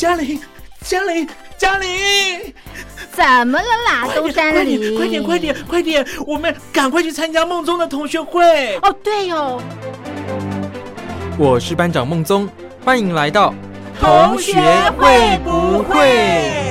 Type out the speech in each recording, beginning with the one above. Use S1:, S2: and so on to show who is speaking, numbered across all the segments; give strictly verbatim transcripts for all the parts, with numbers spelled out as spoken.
S1: 嘉玲，嘉玲，嘉玲，
S2: 怎么了啦，东山里？
S1: 快点，快点，快点，我们赶快去参加梦中的同学会。
S2: 哦，对哦。
S3: 我是班长孟宗，欢迎来到
S1: 同学会不会？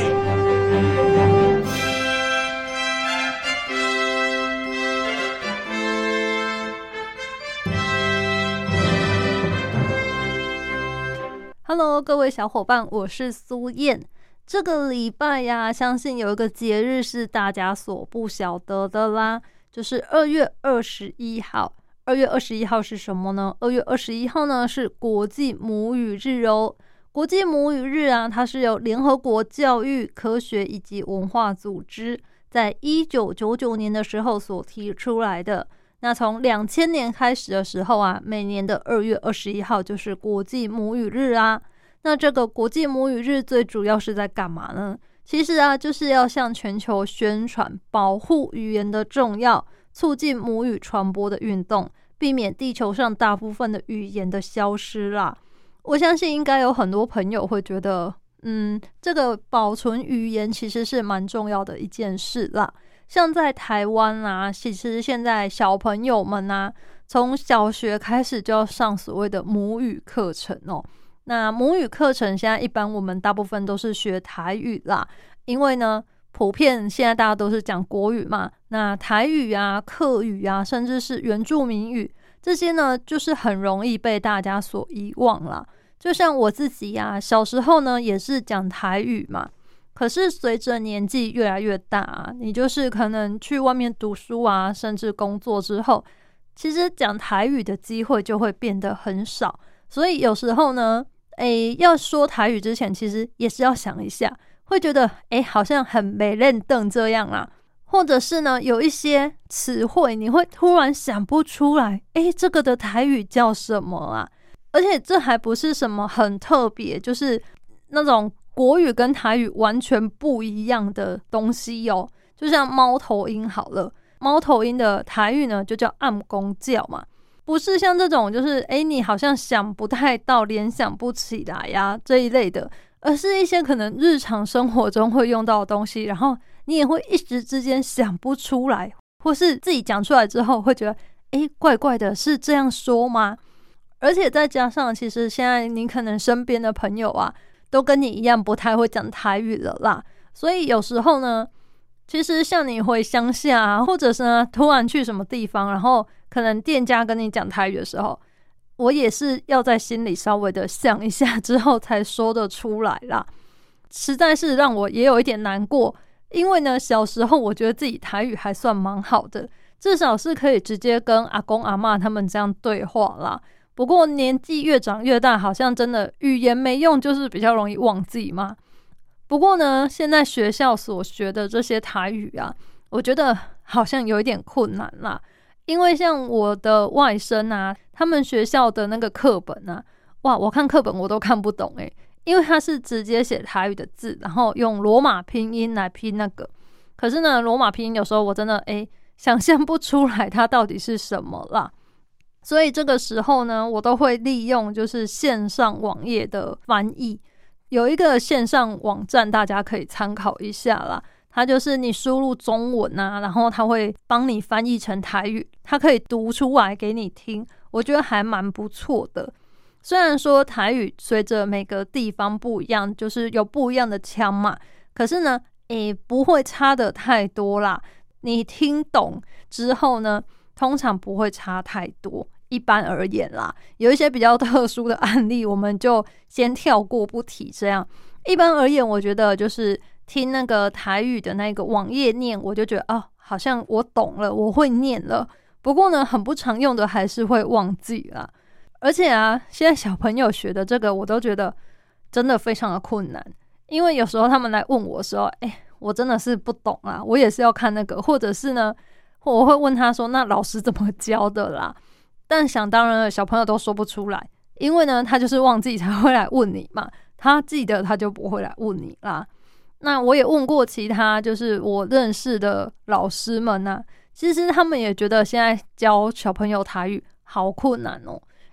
S4: Hello， 各位小伙伴，我是苏燕。这个礼拜呀，相信有一个节日是大家所不晓得的啦，就是二月二十一号。二月二十一号是什么呢？二月二十一号呢是国际母语日哦。国际母语日啊，它是由联合国教育、科学以及文化组织在一九九九年的时候所提出来的。那从两千年开始的时候啊，每年的二月二十一号就是国际母语日啊。那这个国际母语日最主要是在干嘛呢？其实啊，就是要向全球宣传保护语言的重要，促进母语传播的运动，避免地球上大部分的语言的消失啦。我相信应该有很多朋友会觉得，嗯，这个保存语言其实是蛮重要的一件事啦。像在台湾啊，其实现在小朋友们啊，从小学开始就要上所谓的母语课程哦。那母语课程现在一般我们大部分都是学台语啦，因为呢，普遍现在大家都是讲国语嘛。那台语啊、客语啊，甚至是原住民语，这些呢，就是很容易被大家所遗忘啦。就像我自己啊，小时候呢也是讲台语嘛。可是随着年纪越来越大啊，你就是可能去外面读书啊，甚至工作之后，其实讲台语的机会就会变得很少。所以有时候呢，诶，要说台语之前，其实也是要想一下，会觉得诶，好像很没认凳这样啊。或者是呢，有一些词汇你会突然想不出来，诶，这个的台语叫什么啊？而且这还不是什么很特别，就是那种国语跟台语完全不一样的东西哦。就像猫头鹰好了，猫头鹰的台语呢就叫暗公叫嘛，不是像这种就是诶你好像想不太到、联想不起来呀这一类的，而是一些可能日常生活中会用到的东西，然后你也会一时之间想不出来，或是自己讲出来之后会觉得诶怪怪的，是这样说吗？而且再加上其实现在你可能身边的朋友啊都跟你一样不太会讲台语了啦，所以有时候呢，其实像你回乡下啊，或者是呢突然去什么地方，然后可能店家跟你讲台语的时候，我也是要在心里稍微的想一下之后才说得出来啦。实在是让我也有一点难过，因为呢小时候我觉得自己台语还算蛮好的，至少是可以直接跟阿公阿嬷他们这样对话啦。不过年纪越长越大，好像真的语言没用，就是比较容易忘记嘛。不过呢，现在学校所学的这些台语啊，我觉得好像有一点困难啦。因为像我的外甥啊，他们学校的那个课本啊，哇，我看课本我都看不懂诶，因为他是直接写台语的字，然后用罗马拼音来拼那个。可是呢，罗马拼音有时候我真的诶想象不出来它到底是什么啦。所以这个时候呢，我都会利用就是线上网页的翻译，有一个线上网站大家可以参考一下啦。它就是你输入中文啊，然后它会帮你翻译成台语，它可以读出来给你听，我觉得还蛮不错的。虽然说台语随着每个地方不一样，就是有不一样的腔嘛，可是呢，诶，不会差的太多啦。你听懂之后呢，通常不会差太多。一般而言啦，有一些比较特殊的案例，我们就先跳过不提。这样一般而言，我觉得就是听那个台语的那个网页念，我就觉得哦，好像我懂了，我会念了。不过呢，很不常用的还是会忘记啦。而且啊，现在小朋友学的这个，我都觉得真的非常的困难，因为有时候他们来问我的时候，哎，我真的是不懂啊，我也是要看那个，或者是呢，我会问他说，那老师怎么教的啦？但想当然了，小朋友都说不出来，因为呢，他就是忘记才会来问你嘛，他记得他就不会来问你啦。那我也问过其他就是我认识的老师们啊，其实他们也觉得现在教小朋友台语好困难哦，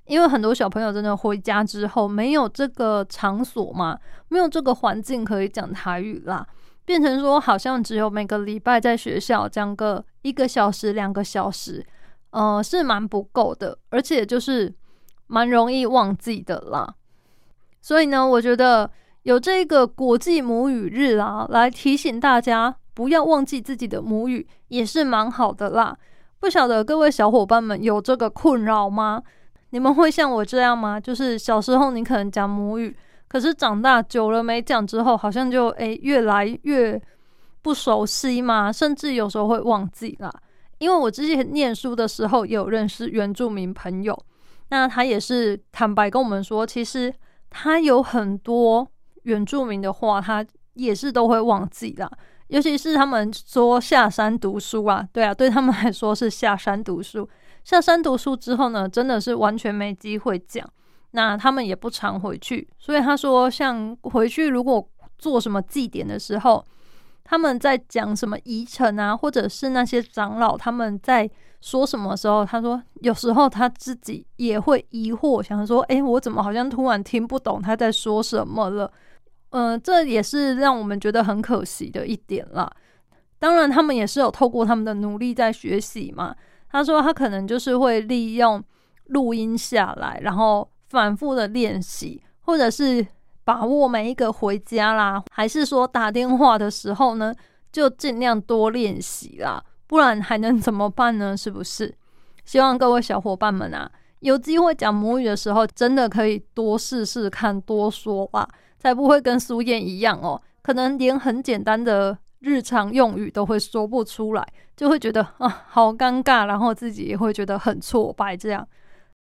S4: 因为很多小朋友真的回家之后没有这个场所嘛，没有这个环境可以讲台语啦，变成说好像只有每个礼拜在学校讲个一个小时两个小时，呃，是蛮不够的，而且就是蛮容易忘记的啦。所以呢，我觉得有这个国际母语日啦，来提醒大家不要忘记自己的母语，也是蛮好的啦。不晓得各位小伙伴们有这个困扰吗？你们会像我这样吗？就是小时候你可能讲母语，可是长大久了没讲之后，好像就诶越来越不熟悉嘛，甚至有时候会忘记啦。因为我之前念书的时候也有认识原住民朋友，那他也是坦白跟我们说，其实他有很多原住民的话，他也是都会忘记啦。尤其是他们说下山读书啊，对啊，对他们来说是下山读书。下山读书之后呢，真的是完全没机会讲。那他们也不常回去，所以他说，像回去如果做什么祭典的时候，他们在讲什么遗尘啊，或者是那些长老他们在说什么的时候，他说有时候他自己也会疑惑，想说，诶，我怎么好像突然听不懂他在说什么了？嗯、呃，这也是让我们觉得很可惜的一点啦。当然，他们也是有透过他们的努力在学习嘛。他说他可能就是会利用录音下来，然后反复的练习，或者是把握每一个回家啦，还是说打电话的时候呢，就尽量多练习啦，不然还能怎么办呢？是不是？希望各位小伙伴们啊，有机会讲母语的时候，真的可以多试试看，多说话，才不会跟苏燕一样哦，可能连很简单的日常用语都会说不出来，就会觉得啊好尴尬，然后自己也会觉得很挫败这样。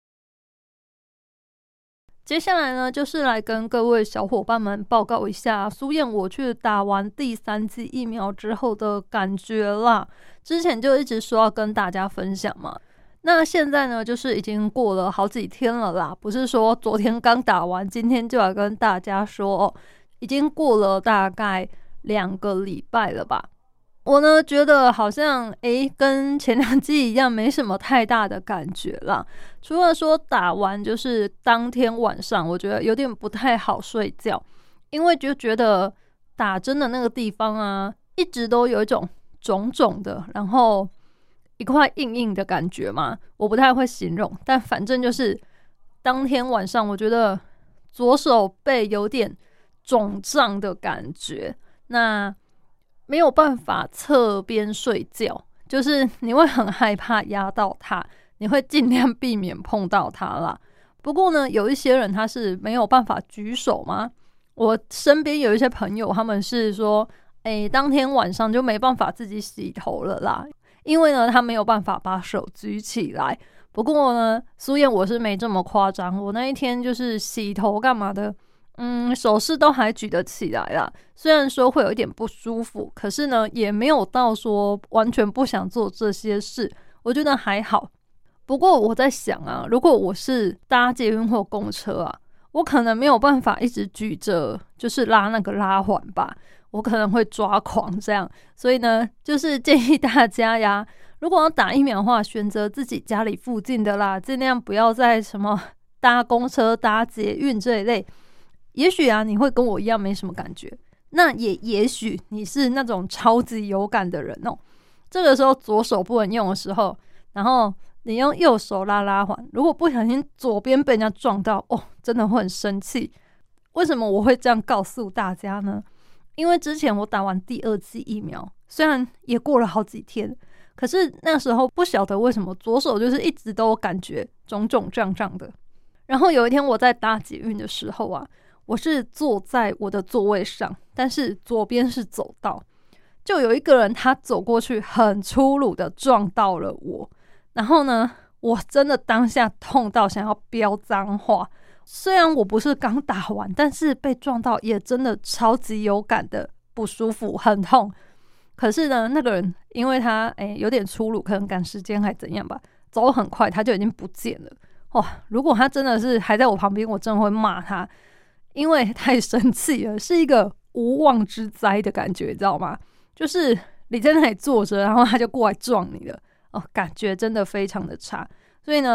S4: 接下来呢，就是来跟各位小伙伴们报告一下苏燕我去打完第三剂疫苗之后的感觉啦。之前就一直说要跟大家分享嘛，那现在呢，就是已经过了好几天了啦，不是说昨天刚打完，今天就要跟大家说哦，已经过了大概两个礼拜了吧。我呢觉得好像诶跟前两剂一样，没什么太大的感觉啦。除了说打完就是当天晚上，我觉得有点不太好睡觉，因为就觉得打针的那个地方啊，一直都有一种肿肿的，然后一块硬硬的感觉嘛，我不太会形容，但反正就是当天晚上，我觉得左手背有点肿胀的感觉，那没有办法侧边睡觉，就是你会很害怕压到它，你会尽量避免碰到它啦。不过呢，有一些人他是没有办法举手嘛，我身边有一些朋友，他们是说，诶，当天晚上就没办法自己洗头了啦，因为呢，他没有办法把手举起来。不过呢，苏燕我是没这么夸张，我那一天就是洗头干嘛的，嗯，手势都还举得起来啦。虽然说会有一点不舒服，可是呢，也没有到说完全不想做这些事，我觉得还好。不过我在想啊，如果我是搭捷运或公车啊，我可能没有办法一直举着，就是拉那个拉环吧，我可能会抓狂这样。所以呢，就是建议大家呀，如果要打疫苗的话，选择自己家里附近的啦，尽量不要在什么搭公车、搭捷运这一类。也许啊，你会跟我一样没什么感觉，那也也许你是那种超级有感的人哦。这个时候左手不能用的时候，然后你用右手拉拉环，如果不小心左边被人家撞到，哦，真的会很生气。为什么我会这样告诉大家呢？因为之前我打完第二剂疫苗，虽然也过了好几天，可是那时候不晓得为什么左手就是一直都感觉肿肿胀胀的。然后有一天我在搭捷运的时候啊，我是坐在我的座位上，但是左边是走道，就有一个人他走过去，很粗鲁的撞到了我。然后呢，我真的当下痛到想要飙脏话。虽然我不是刚打完，但是被撞到也真的超级有感的不舒服，很痛。可是呢，那个人因为他诶有点粗鲁，可能赶时间还怎样吧，走很快，他就已经不见了。哇！如果他真的是还在我旁边，我真的会骂他，因为太生气了，是一个无妄之灾的感觉，你知道吗？就是你在那里坐着，然后他就过来撞你了，哦，感觉真的非常的差。所以呢，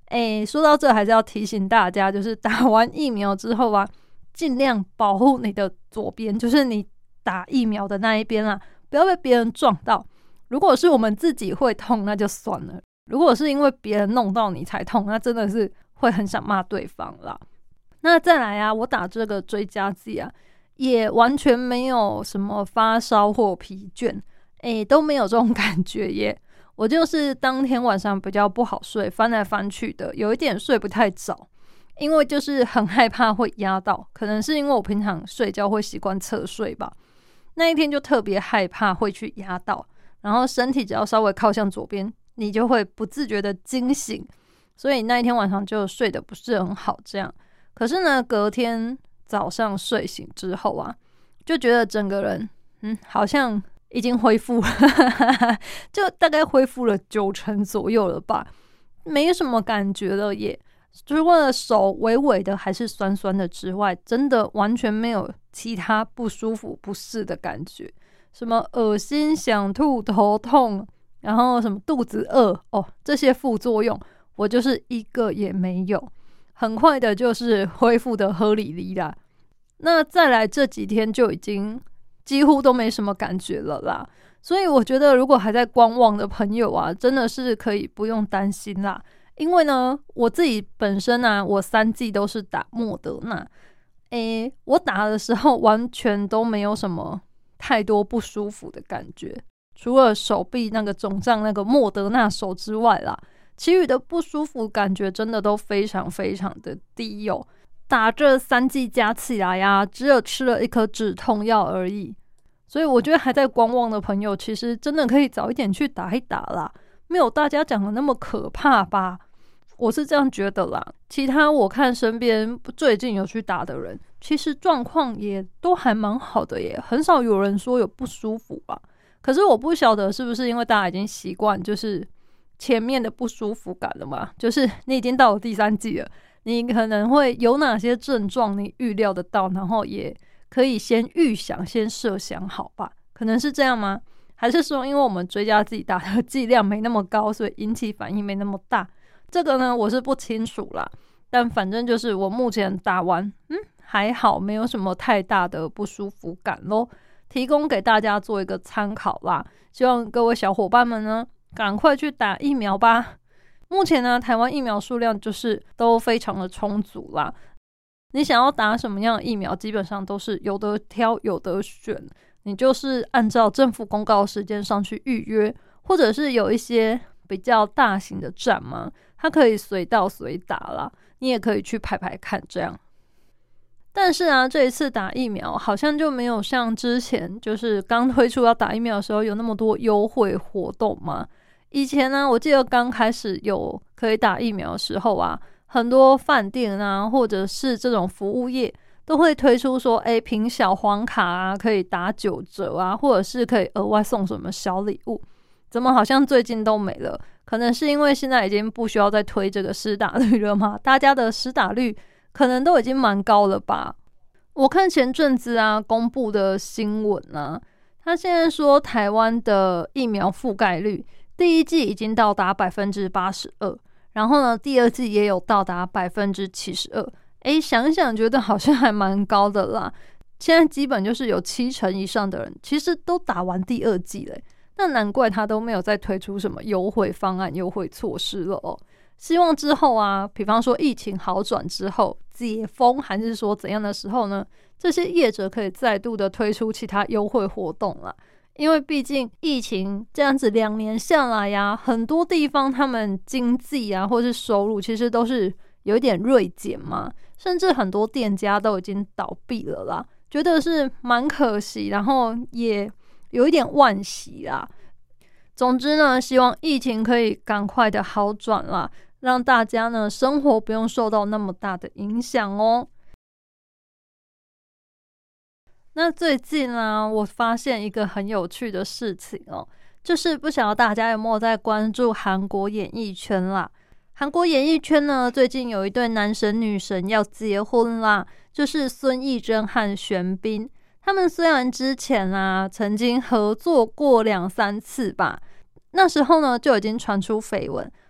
S4: 诶，说到这还是要提醒大家，就是打完疫苗之后啊，尽量保护你的左边，就是你打疫苗的那一边啦，不要被别人撞到。如果是我们自己会痛那就算了，如果是因为别人弄到你才痛，那真的是会很想骂对方啦。那再来啊，我打这个追加剂啊，也完全没有什么发烧或疲倦，诶，都没有这种感觉耶。我就是当天晚上比较不好睡，翻来翻去的，有一点睡不太着，因为就是很害怕会压到，可能是因为我平常睡觉会习惯侧睡吧，那一天就特别害怕会去压到，然后身体只要稍微靠向左边，你就会不自觉的惊醒，所以那一天晚上就睡得不是很好这样。可是呢，隔天早上睡醒之后啊，就觉得整个人嗯好像已经恢复了就大概恢复了九成左右了吧，没什么感觉了耶。除了手微微的还是酸酸的之外，真的完全没有其他不舒服不适的感觉，什么恶心想吐头痛，然后什么肚子饿哦，这些副作用我就是一个也没有，很快的就是恢复的合理理啦。那再来这几天就已经几乎都没什么感觉了啦，所以我觉得如果还在观望的朋友啊，真的是可以不用担心啦。因为呢，我自己本身啊，我三剂都是打莫德纳，诶，我打的时候完全都没有什么太多不舒服的感觉，除了手臂那个肿胀那个莫德纳手之外啦，其余的不舒服感觉真的都非常非常的低哦。打这三剂加起来啊，只有吃了一颗止痛药而已，所以我觉得还在观望的朋友，其实真的可以早一点去打一打啦，没有大家讲的那么可怕吧。我是这样觉得啦，其他我看身边最近有去打的人，其实状况也都还蛮好的耶，很少有人说有不舒服吧。可是我不晓得是不是因为大家已经习惯就是前面的不舒服感了嘛，就是你已经到了第三季了，你可能会有哪些症状你预料得到，然后也可以先预想先设想好吧，可能是这样吗？还是说因为我们追加剂打的剂量没那么高，所以引起反应没那么大？这个呢我是不清楚啦，但反正就是我目前打完嗯还好，没有什么太大的不舒服感咯，提供给大家做一个参考啦。希望各位小伙伴们呢赶快去打疫苗吧。目前呢台湾疫苗数量就是都非常的充足啦，你想要打什么样的疫苗基本上都是有得挑有得选，你就是按照政府公告的时间上去预约，或者是有一些比较大型的站嘛，它可以随到随打啦，你也可以去排排看这样。但是啊，这一次打疫苗好像就没有像之前就是刚推出要打疫苗的时候有那么多优惠活动嘛。以前呢，我记得刚开始有可以打疫苗的时候啊，很多饭店啊或者是这种服务业都会推出说，诶，凭小黄卡啊可以打九折啊，或者是可以额外送什么小礼物。怎么好像最近都没了？可能是因为现在已经不需要再推这个施打率了嘛，大家的施打率可能都已经蛮高了吧。我看前阵子啊公布的新闻啊，他现在说台湾的疫苗覆盖率第一季已经到达 百分之八十二， 然后呢第二季也有到达 百分之七十二。 诶，想想觉得好像还蛮高的啦。现在基本就是有七成以上的人其实都打完第二季了，那难怪他都没有再推出什么优惠方案优惠措施了哦。希望之后啊，比方说疫情好转之后解封还是说怎样的时候呢，这些业者可以再度的推出其他优惠活动啦。因为毕竟疫情这样子两年下来呀、啊，很多地方他们经济啊或是收入其实都是有一点锐减嘛，甚至很多店家都已经倒闭了啦，觉得是蛮可惜，然后也有一点惋惜啦。总之呢，希望疫情可以赶快的好转啦，让大家呢生活不用受到那么大的影响哦。那最近啊，我发现一个很有趣的事情哦，就是不晓得大家有没有在关注韩国演艺圈啦。韩国演艺圈呢，最近有一对男神女神要结婚啦，就是孙艺珍和玄彬。他们虽然之前啊曾经合作过两三次吧，那时候呢就已经传出绯闻，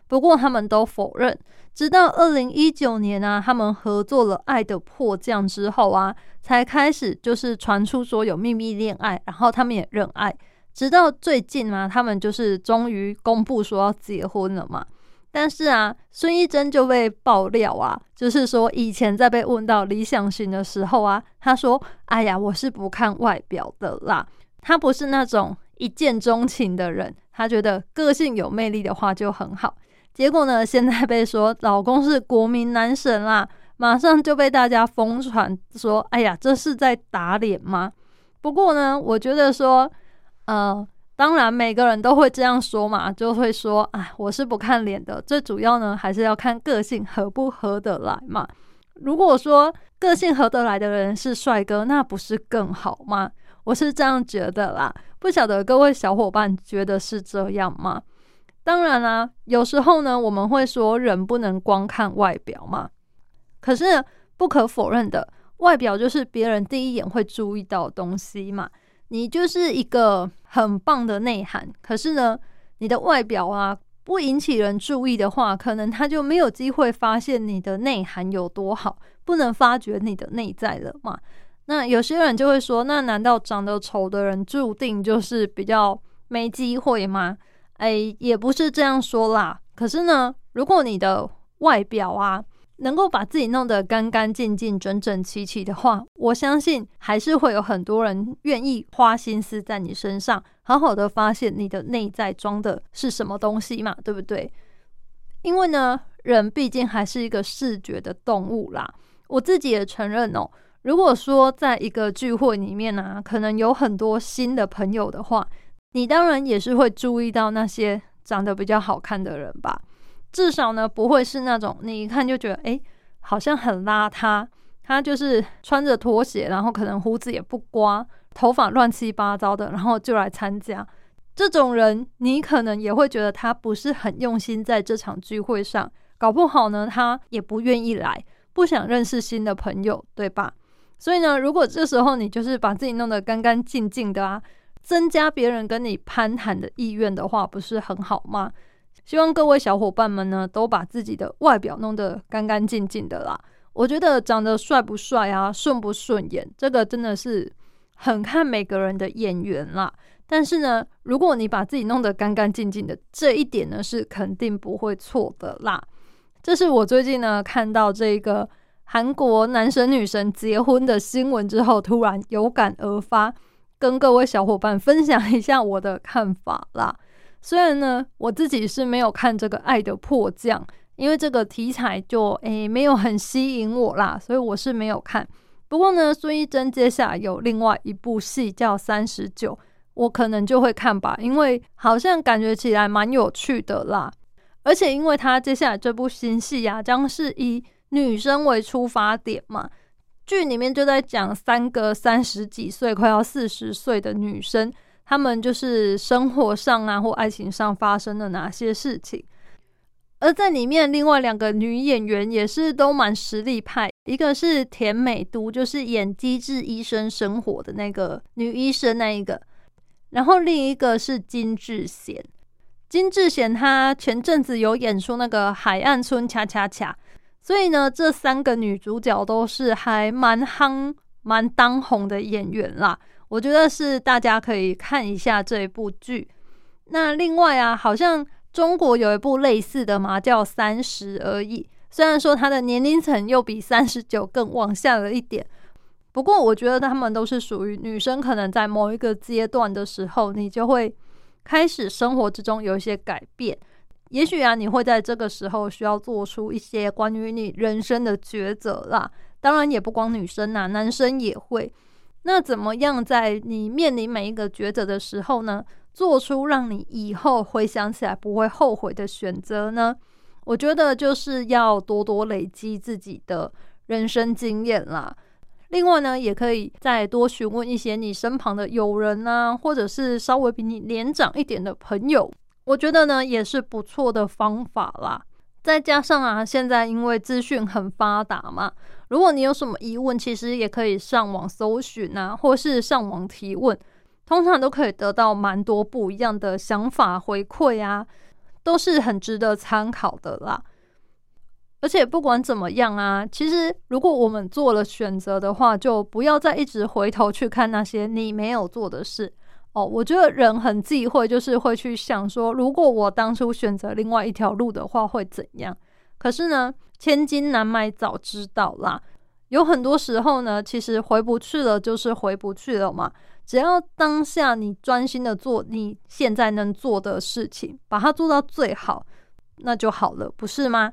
S4: 不过他们都否认。直到二零一九年啊，他们合作了《爱的迫降》之后啊，才开始就是传出说有秘密恋爱，然后他们也认爱。直到最近啊，他们就是终于公布说要结婚了嘛。但是啊，孙艺珍就被爆料啊，就是说以前在被问到理想型的时候啊，他说：“哎呀，我是不看外表的啦，他不是那种一见钟情的人，他觉得个性有魅力的话就很好。”结果呢，现在被说老公是国民男神啦，马上就被大家疯传说：“哎呀，这是在打脸吗？”不过呢，我觉得说，呃。当然每个人都会这样说嘛，就会说哎，我是不看脸的，最主要呢还是要看个性合不合得来嘛。如果说个性合得来的人是帅哥，那不是更好吗？我是这样觉得啦，不晓得各位小伙伴觉得是这样吗？当然啦，有时候呢我们会说人不能光看外表嘛，可是不可否认的，外表就是别人第一眼会注意到的东西嘛。你就是一个很棒的内涵，可是呢你的外表啊不引起人注意的话，可能他就没有机会发现你的内涵有多好，不能发掘你的内在了嘛。那有些人就会说，那难道长得丑的人注定就是比较没机会吗？哎，也不是这样说啦。可是呢，如果你的外表啊能够把自己弄得干干净净整整齐齐的话，我相信还是会有很多人愿意花心思在你身上，好好的发现你的内在装的是什么东西嘛，对不对？因为呢，人毕竟还是一个视觉的动物啦。我自己也承认哦，如果说在一个聚会里面啊，可能有很多新的朋友的话，你当然也是会注意到那些长得比较好看的人吧。至少呢，不会是那种你一看就觉得诶好像很邋遢，他就是穿着拖鞋，然后可能胡子也不刮，头发乱七八糟的，然后就来参加。这种人你可能也会觉得他不是很用心在这场聚会上，搞不好呢他也不愿意来，不想认识新的朋友，对吧？所以呢，如果这时候你就是把自己弄得干干净净的啊，增加别人跟你攀谈的意愿的话，不是很好吗？希望各位小伙伴们呢，都把自己的外表弄得干干净净的啦。我觉得长得帅不帅啊，顺不顺眼，这个真的是很看每个人的眼缘啦。但是呢，如果你把自己弄得干干净净的，这一点呢是肯定不会错的啦。这是我最近呢看到这个韩国男神女神结婚的新闻之后，突然有感而发，跟各位小伙伴分享一下我的看法啦。虽然呢我自己是没有看这个《爱的迫降》，因为这个题材就诶没有很吸引我啦，所以我是没有看。不过呢，孙艺珍接下来有另外一部戏叫《三十九》，我可能就会看吧，因为好像感觉起来蛮有趣的啦。而且因为他接下来这部新戏啊，将是以女生为出发点嘛，剧里面就在讲三个三十几岁快要四十岁的女生，她们就是生活上啊或爱情上发生了哪些事情。而在里面另外两个女演员也是都蛮实力派，一个是田美都，就是演机智医生生活的那个女医生那一个，然后另一个是金智贤。金智贤她前阵子有演出那个海岸村恰恰恰，所以呢这三个女主角都是还蛮夯蛮当红的演员啦，我觉得是大家可以看一下这一部剧。那另外啊，好像中国有一部类似的嘛，叫三十而已，虽然说它的年龄层又比三十九更往下了一点，不过我觉得他们都是属于女生可能在某一个阶段的时候，你就会开始生活之中有一些改变，也许啊你会在这个时候需要做出一些关于你人生的抉择啦。当然也不光女生啊，男生也会。那怎么样在你面临每一个抉择的时候呢，做出让你以后回想起来不会后悔的选择呢？我觉得就是要多多累积自己的人生经验啦。另外呢，也可以再多询问一些你身旁的友人啊，或者是稍微比你年长一点的朋友，我觉得呢也是不错的方法啦。再加上啊，现在因为资讯很发达嘛，如果你有什么疑问，其实也可以上网搜寻啊，或是上网提问，通常都可以得到蛮多不一样的想法回馈啊， 都是很值得参考的啦。而且不管怎么样啊，其实如果我们做了选择的话，就不要再一直回头去看那些你没有做的事哦。我觉得人很忌讳，就是会去想说，如果我当初选择另外一条路的话会怎样。可是呢，千金难买早知道啦，有很多时候呢，其实回不去了就是回不去了嘛。只要当下你专心的做你现在能做的事情，把它做到最好，那就好了，不是吗？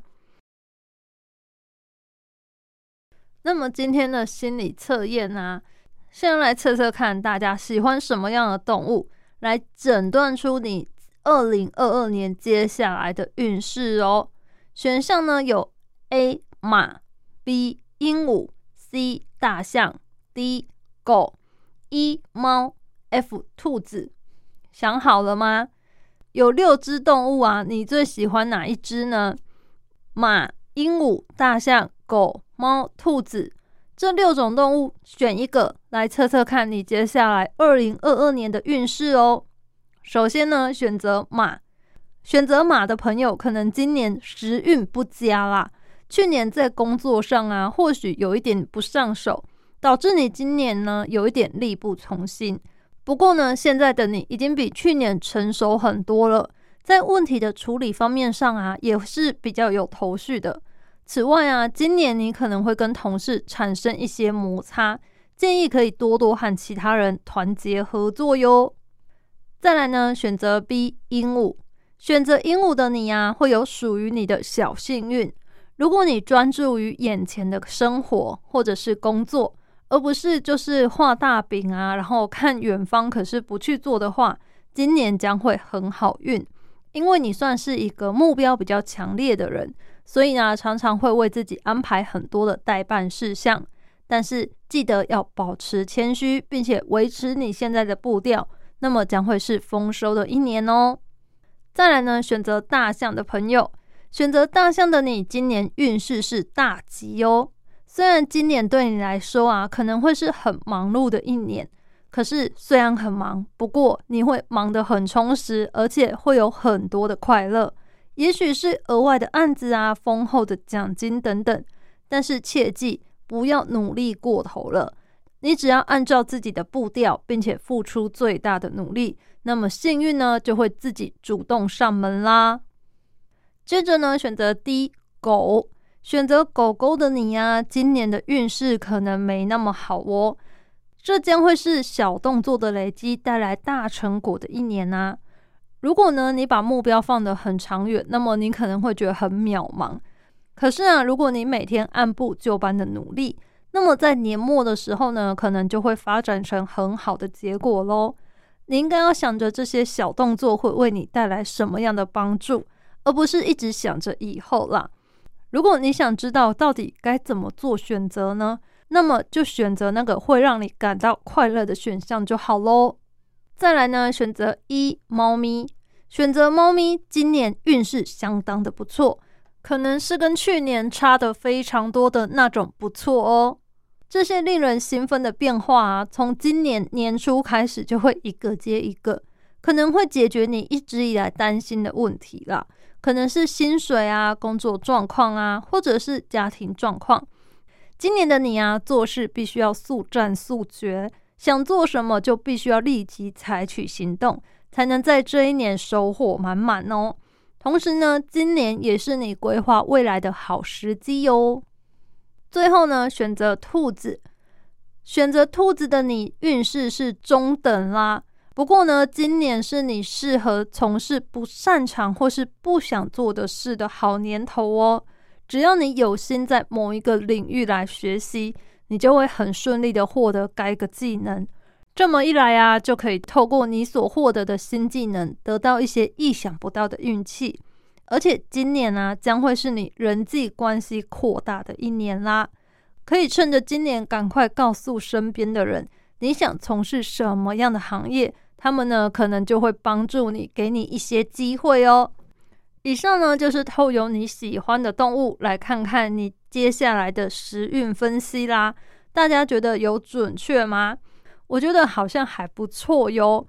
S4: 那么今天的心理测验啊，先来测测看大家喜欢什么样的动物，来诊断出你二零二二年接下来的运势哦。选项呢有 A 马、B 鹦鹉、C 大象、D 狗、E 猫、F 兔子。想好了吗？有六只动物啊，你最喜欢哪一只呢？马、鹦鹉、大象、狗、猫、兔子，这六种动物选一个来测测看你接下来二零二二年的运势哦。首先呢，选择马。选择马的朋友可能今年时运不佳啦，去年在工作上啊，或许有一点不上手，导致你今年呢有一点力不从心。不过呢，现在的你已经比去年成熟很多了，在问题的处理方面上啊，也是比较有头绪的。此外啊，今年你可能会跟同事产生一些摩擦，建议可以多多和其他人团结合作哟。再来呢，选择 B 鹦鹉。选择鹦鹉的你啊，会有属于你的小幸运。如果你专注于眼前的生活或者是工作，而不是就是画大饼啊，然后看远方可是不去做的话，今年将会很好运。因为你算是一个目标比较强烈的人，所以呢，常常会为自己安排很多的待办事项。但是记得要保持谦虚，并且维持你现在的步调，那么将会是丰收的一年哦。再来呢，选择大象的朋友，选择大象的你，今年运势是大吉哦。虽然今年对你来说啊，可能会是很忙碌的一年，可是虽然很忙，不过你会忙得很充实，而且会有很多的快乐，也许是额外的案子啊，丰厚的奖金等等。但是切记不要努力过头了，你只要按照自己的步调，并且付出最大的努力，那么幸运呢就会自己主动上门啦。接着呢，选择 D 狗。选择狗狗的你啊，今年的运势可能没那么好哦。这将会是小动作的累积带来大成果的一年啊。如果呢你把目标放得很长远，那么你可能会觉得很渺茫。可是啊，如果你每天按部就班的努力，那么在年末的时候呢，可能就会发展成很好的结果咯。你应该要想着这些小动作会为你带来什么样的帮助，而不是一直想着以后啦。如果你想知道到底该怎么做选择呢，那么就选择那个会让你感到快乐的选项就好咯。再来呢，选择一猫咪。选择猫咪，今年运势相当的不错，可能是跟去年差的非常多的那种不错哦。这些令人兴奋的变化啊，从今年年初开始就会一个接一个，可能会解决你一直以来担心的问题啦。可能是薪水啊、工作状况啊，或者是家庭状况。今年的你啊，做事必须要速战速决，想做什么就必须要立即采取行动，才能在这一年收获满满哦。同时呢，今年也是你规划未来的好时机哦。最后呢，选择兔子。选择兔子的你，运势是中等啦。不过呢，今年是你适合从事不擅长或是不想做的事的好年头哦。只要你有心在某一个领域来学习，你就会很顺利的获得该个技能。这么一来啊，就可以透过你所获得的新技能，得到一些意想不到的运气。而且今年啊，将会是你人际关系扩大的一年啦。可以趁着今年赶快告诉身边的人，你想从事什么样的行业，他们呢可能就会帮助你，给你一些机会哦。以上呢就是透由你喜欢的动物来看看你接下来的时运分析啦。大家觉得有准确吗？我觉得好像还不错哟。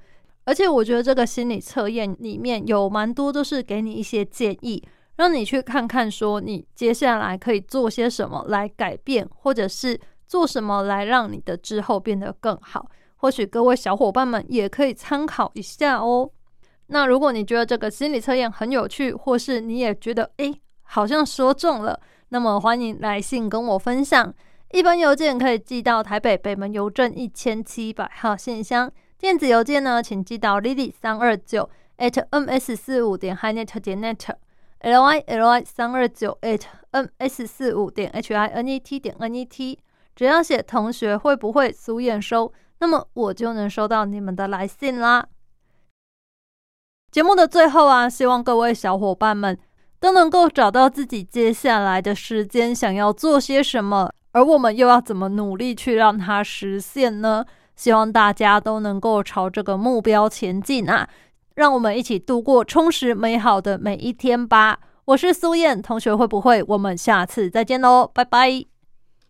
S4: 而且我觉得这个心理测验里面有蛮多都是给你一些建议，让你去看看说你接下来可以做些什么来改变，或者是做什么来让你的之后变得更好。或许各位小伙伴们也可以参考一下哦。那如果你觉得这个心理测验很有趣，或是你也觉得诶好像说中了，那么欢迎来信跟我分享。一般邮件可以寄到台北北门邮政一千七百号信箱，电子邮件呢请寄到 lily 三二九 at m s 四五点 hinet 点 net l y l y 三二九 at m s 四五点 h i n e t 点 n e t， 只要写同学会不会苏燕收，那么我就能收到你们的来信啦。节目的最后啊，希望各位小伙伴们都能够找到自己接下来的时间想要做些什么，而我们又要怎么努力去让它实现呢？希望大家都能够朝这个目标前进啊！让我们一起度过充实美好的每一天吧。我是苏燕，同学会不会？我们下次再见喽，拜拜。